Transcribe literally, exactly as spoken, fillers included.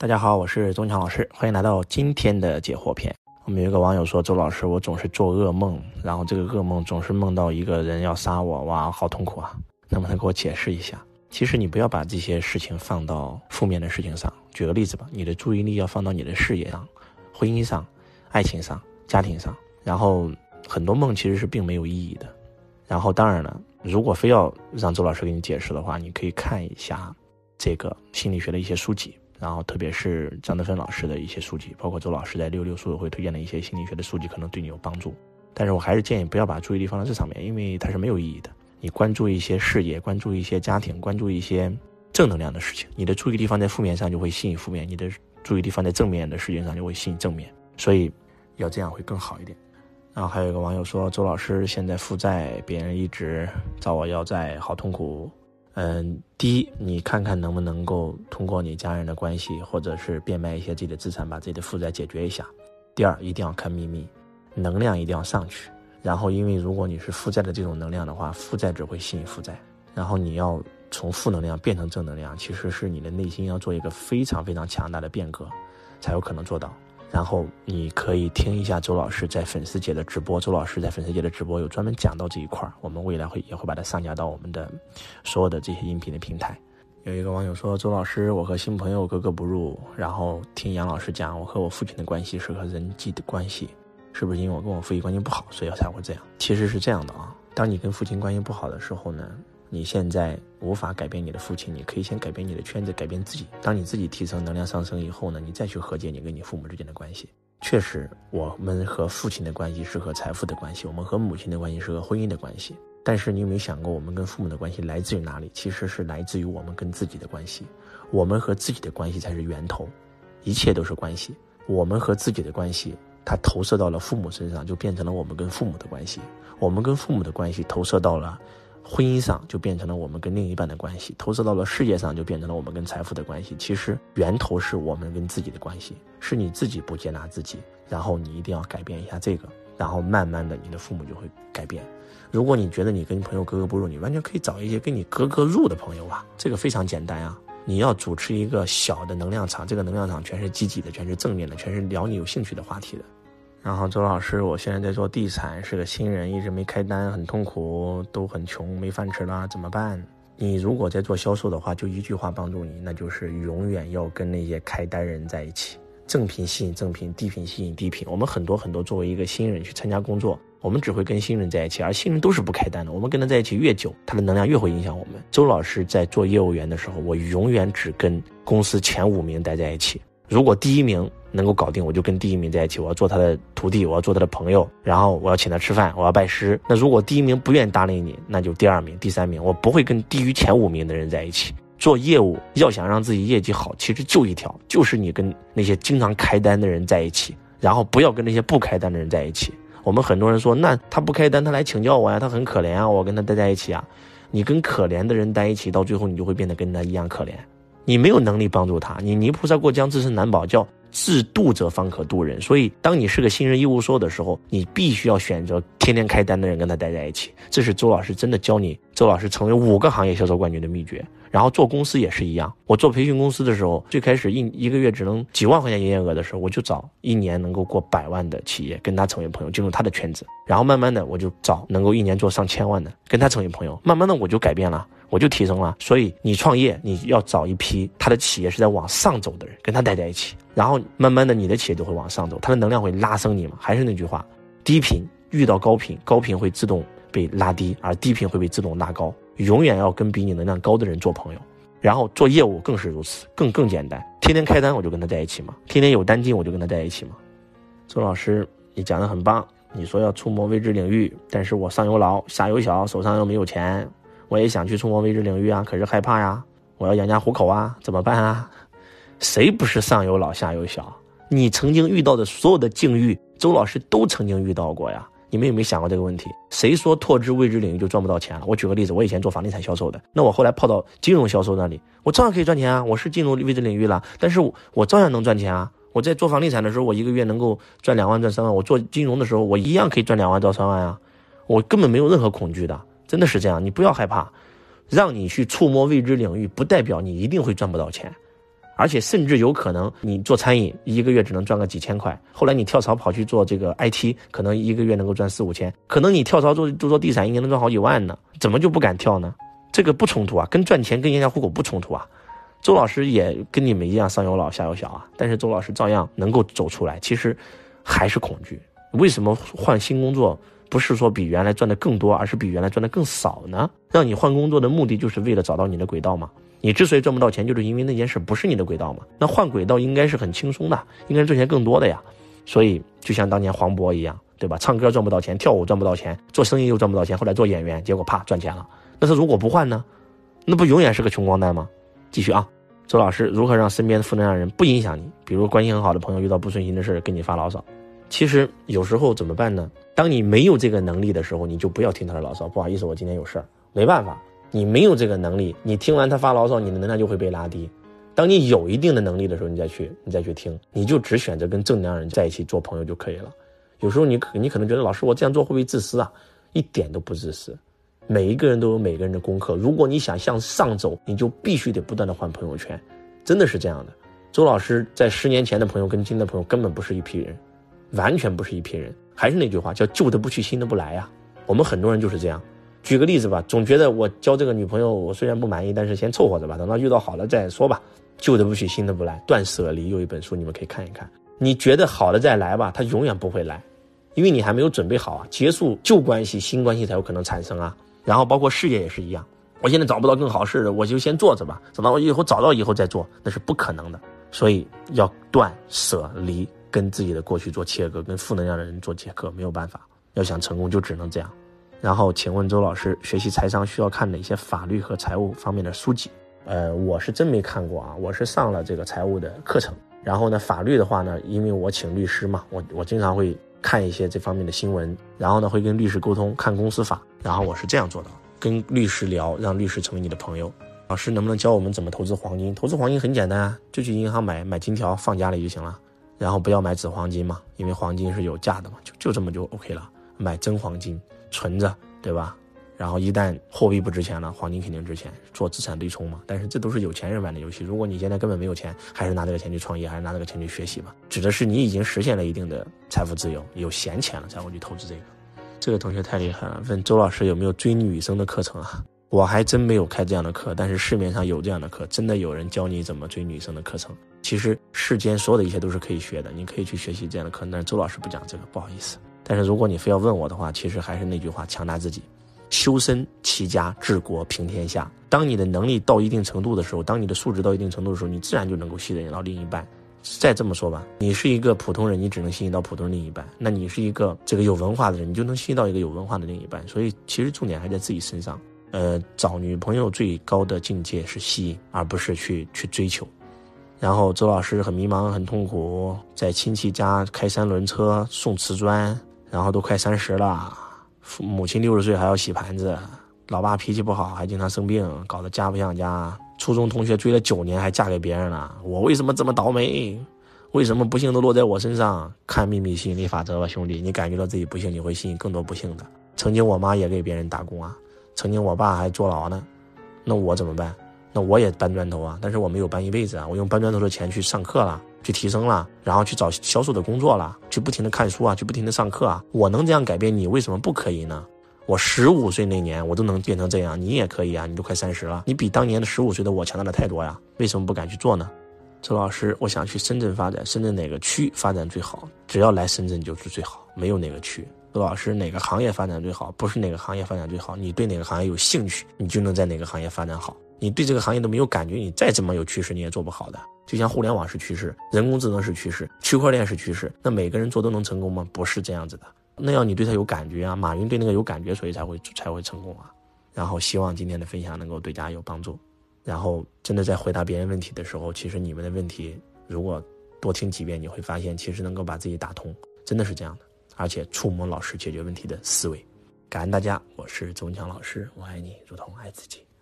大家好，我是钟强老师，欢迎来到今天的解惑篇。我们有一个网友说，周老师，我总是做噩梦，然后这个噩梦总是梦到一个人要杀我，哇，好痛苦啊！能不能给我解释一下？其实你不要把这些事情放到负面的事情上。举个例子吧，你的注意力要放到你的事业上、婚姻上、爱情上、家庭上。然后很多梦其实是并没有意义的。然后当然了，如果非要让周老师给你解释的话，你可以看一下这个心理学的一些书籍，然后特别是张德芬老师的一些书籍，包括周老师在六六书友会推荐的一些心理学的书籍，可能对你有帮助。但是我还是建议不要把注意力放在这上面，因为它是没有意义的。你关注一些事业，关注一些家庭，关注一些正能量的事情，你的注意力放在负面上就会吸引负面，你的注意力放在正面的事情上就会吸引正面，所以要这样会更好一点。然后还有一个网友说，周老师现在负债，别人一直找我要债，好痛苦。嗯，第一，你看看能不能够通过你家人的关系，或者是变卖一些自己的资产，把自己的负债解决一下。第二，一定要看秘密，能量一定要上去。然后，因为如果你是负债的这种能量的话，负债只会吸引负债。然后你要从负能量变成正能量，其实是你的内心要做一个非常非常强大的变革，才有可能做到。然后你可以听一下周老师在粉丝节的直播，周老师在粉丝节的直播有专门讲到这一块，我们未来会也会把它上架到我们的所有的这些音频的平台。有一个网友说，周老师，我和新朋友格格不入，然后听杨老师讲我和我父亲的关系是和人际的关系，是不是因为我跟我父亲关系不好，所以才会这样？其实是这样的啊，当你跟父亲关系不好的时候呢，你现在无法改变你的父亲，你可以先改变你的圈子，改变自己。当你自己提升能量上升以后呢，你再去和解你跟你父母之间的关系。确实，我们和父亲的关系是和财富的关系，我们和母亲的关系是和婚姻的关系。但是你有没有想过，我们跟父母的关系来自于哪里？其实是来自于我们跟自己的关系。我们和自己的关系才是源头，一切都是关系。我们和自己的关系，它投射到了父母身上，就变成了我们跟父母的关系。我们跟父母的关系投射到了婚姻上，就变成了我们跟另一半的关系，投射到了事业上，就变成了我们跟财富的关系。其实源头是我们跟自己的关系，是你自己不接纳自己，然后你一定要改变一下这个，然后慢慢的你的父母就会改变。如果你觉得你跟朋友格格不入，你完全可以找一些跟你格格入的朋友啊，这个非常简单啊。你要主持一个小的能量场，这个能量场全是积极的，全是正面的，全是聊你有兴趣的话题的。然后周老师，我现在在做地产，是个新人，一直没开单，很痛苦，都很穷，没饭吃了，怎么办？你如果在做销售的话，就一句话帮助你，那就是永远要跟那些开单人在一起。正品吸引正品，低品吸引低品。我们很多很多作为一个新人去参加工作，我们只会跟新人在一起，而新人都是不开单的。我们跟他在一起越久，他的能量越会影响我们。周老师在做业务员的时候，我永远只跟公司前五名待在一起。如果第一名能够搞定，我就跟第一名在一起，我要做他的徒弟，我要做他的朋友，然后我要请他吃饭，我要拜师。那如果第一名不愿意搭理你，那就第二名、第三名，我不会跟低于前五名的人在一起。做业务要想让自己业绩好，其实就一条，就是你跟那些经常开单的人在一起，然后不要跟那些不开单的人在一起。我们很多人说，那他不开单，他来请教我呀，他很可怜啊，我跟他待在一起啊。你跟可怜的人待一起，到最后你就会变得跟他一样可怜。你没有能力帮助他，你泥菩萨过江自身难保，叫自渡者方可渡人。所以当你是个新人一无所有的时候，你必须要选择天天开单的人跟他待在一起。这是周老师真的教你，周老师成为五个行业销售冠军的秘诀。然后做公司也是一样，我做培训公司的时候，最开始一一个月只能几万块钱营业额的时候，我就找一年能够过百万的企业，跟他成为朋友，进入他的圈子。然后慢慢的我就找能够一年做上千万的，跟他成为朋友。慢慢的我就改变了，我就提升了。所以你创业，你要找一批他的企业是在往上走的人，跟他待在一起，然后慢慢的你的企业就会往上走，他的能量会拉升你嘛。还是那句话，低频遇到高频，高频会自动被拉低，而低频会被自动拉高。永远要跟比你能量高的人做朋友，然后做业务更是如此，更更简单。天天开单我就跟他在一起嘛，天天有单进我就跟他在一起嘛。周老师，你讲得很棒，你说要触摸未知领域，但是我上有老下有小，手上又没有钱，我也想去触摸未知领域啊，可是害怕呀，我要养家糊口啊，怎么办啊？谁不是上有老下有小？你曾经遇到的所有的境遇，周老师都曾经遇到过呀。你们有没有想过这个问题？谁说拓知未知领域就赚不到钱了？我举个例子，我以前做房地产销售的，那我后来跑到金融销售那里，我照样可以赚钱啊，我是进入未知领域了，但是 我, 我照样能赚钱啊。我在做房地产的时候，我一个月能够赚两万赚三万，我做金融的时候我一样可以赚两万到三万啊，我根本没有任何恐惧的，真的是这样。你不要害怕，让你去触摸未知领域不代表你一定会赚不到钱， 而且甚至有可能你做餐饮一个月只能赚个几千块，后来你跳槽跑去做这个 I T， 可能一个月能够赚四五千，可能你跳槽做做做地产一年能赚好几万呢，怎么就不敢跳呢？这个不冲突啊，跟赚钱跟养家糊口不冲突啊。周老师也跟你们一样上有老下有小啊，但是周老师照样能够走出来，其实还是恐惧。为什么换新工作不是说比原来赚的更多，而是比原来赚的更少呢？让你换工作的目的就是为了找到你的轨道嘛。你之所以赚不到钱，就是因为那件事不是你的轨道嘛。那换轨道应该是很轻松的，应该是赚钱更多的呀。所以就像当年黄渤一样，对吧？唱歌赚不到钱，跳舞赚不到钱，做生意又赚不到钱，后来做演员，结果啪赚钱了。那他如果不换呢？那不永远是个穷光蛋吗？继续啊，周老师如何让身边的负能量人不影响你？比如关系很好的朋友遇到不顺心的事跟你发牢骚，其实有时候怎么办呢？当你没有这个能力的时候，你就不要听他的牢骚。不好意思，我今天有事儿，没办法。你没有这个能力，你听完他发牢骚，你的能量就会被拉低。当你有一定的能力的时候，你再去你再去听，你就只选择跟正能量人在一起做朋友就可以了。有时候你你可能觉得老师我这样做会不会自私啊？一点都不自私。每一个人都有每个人的功课，如果你想向上走，你就必须得不断的换朋友圈，真的是这样的。周老师在十年前的朋友跟今的朋友根本不是一批人，完全不是一批人。还是那句话，叫旧的不去，新的不来呀。我们很多人就是这样。举个例子吧，总觉得我交这个女朋友，我虽然不满意，但是先凑合着吧，等到遇到好了再说吧。旧的不去，新的不来，断舍离有一本书，你们可以看一看。你觉得好的再来吧，它永远不会来，因为你还没有准备好啊。结束旧关系，新关系才有可能产生啊。然后包括事业也是一样，我现在找不到更好事的，我就先做着吧，等到我以后找到以后再做，那是不可能的。所以要断舍离，跟自己的过去做切割，跟负能量的人做切割，没有办法。要想成功就只能这样。然后请问周老师，学习财商需要看哪些法律和财务方面的书籍？呃，我是真没看过啊，我是上了这个财务的课程。然后呢，法律的话呢，因为我请律师嘛，我我经常会看一些这方面的新闻，然后呢会跟律师沟通，看公司法，然后我是这样做到，跟律师聊，让律师成为你的朋友。老师能不能教我们怎么投资黄金？投资黄金很简单啊，就去银行买买金条放家里就行了，然后不要买纸黄金嘛，因为黄金是有价的嘛，就就这么就 OK 了。买真黄金存着，对吧？然后一旦货币不值钱了，黄金肯定值钱，做资产对冲嘛。但是这都是有钱人玩的游戏，如果你现在根本没有钱，还是拿这个钱去创业，还是拿这个钱去学习吧。指的是你已经实现了一定的财富自由，有闲钱了才会去投资这个。这个同学太厉害了，问周老师有没有追女生的课程啊？我还真没有开这样的课，但是市面上有这样的课，真的有人教你怎么追女生的课程。其实世间所有的一切都是可以学的，你可以去学习这样的课，但是周老师不讲这个，不好意思。但是如果你非要问我的话，其实还是那句话，强大自己，修身齐家治国平天下。当你的能力到一定程度的时候，当你的素质到一定程度的时候，你自然就能够吸引到另一半。再这么说吧，你是一个普通人，你只能吸引到普通另一半，那你是一个这个有文化的人，你就能吸引到一个有文化的另一半。所以其实重点还在自己身上。呃，找女朋友最高的境界是吸引，而不是去去追求。然后周老师很迷茫很痛苦，在亲戚家开三轮车送瓷砖，然后都快三十了，母亲六十岁还要洗盘子，老爸脾气不好还经常生病，搞得家不像家。初中同学追了九年还嫁给别人了，我为什么这么倒霉？为什么不幸都落在我身上？看秘密吸引力法则吧，兄弟，你感觉到自己不幸，你会吸引更多不幸的。曾经我妈也给别人打工啊，曾经我爸还坐牢呢，那我怎么办？那我也搬砖头啊，但是我没有搬一辈子啊，我用搬砖头的钱去上课了，去提升了，然后去找销售的工作了，去不停的看书啊，去不停的上课啊。我能这样改变，你为什么不可以呢？我十五岁那年我都能变成这样，你也可以啊，你都快三十了，你比当年的十五岁的我强大的太多呀，为什么不敢去做呢？周老师，我想去深圳发展，深圳哪个区发展最好？只要来深圳就是最好，没有哪个区。周老师，哪个行业发展最好？不是哪个行业发展最好，你对哪个行业有兴趣，你就能在哪个行业发展好。你对这个行业都没有感觉，你再怎么有趋势你也做不好的。就像互联网是趋势，人工智能是趋势，区块链是趋势，那每个人做都能成功吗？不是这样子的，那要你对他有感觉啊，马云对那个有感觉，所以才会才会成功啊。然后希望今天的分享能够对大家有帮助。然后真的在回答别人问题的时候，其实你们的问题如果多听几遍，你会发现其实能够把自己打通，真的是这样的，而且触摸老师解决问题的思维。感恩大家，我是周文强老师，我爱你如同爱自己。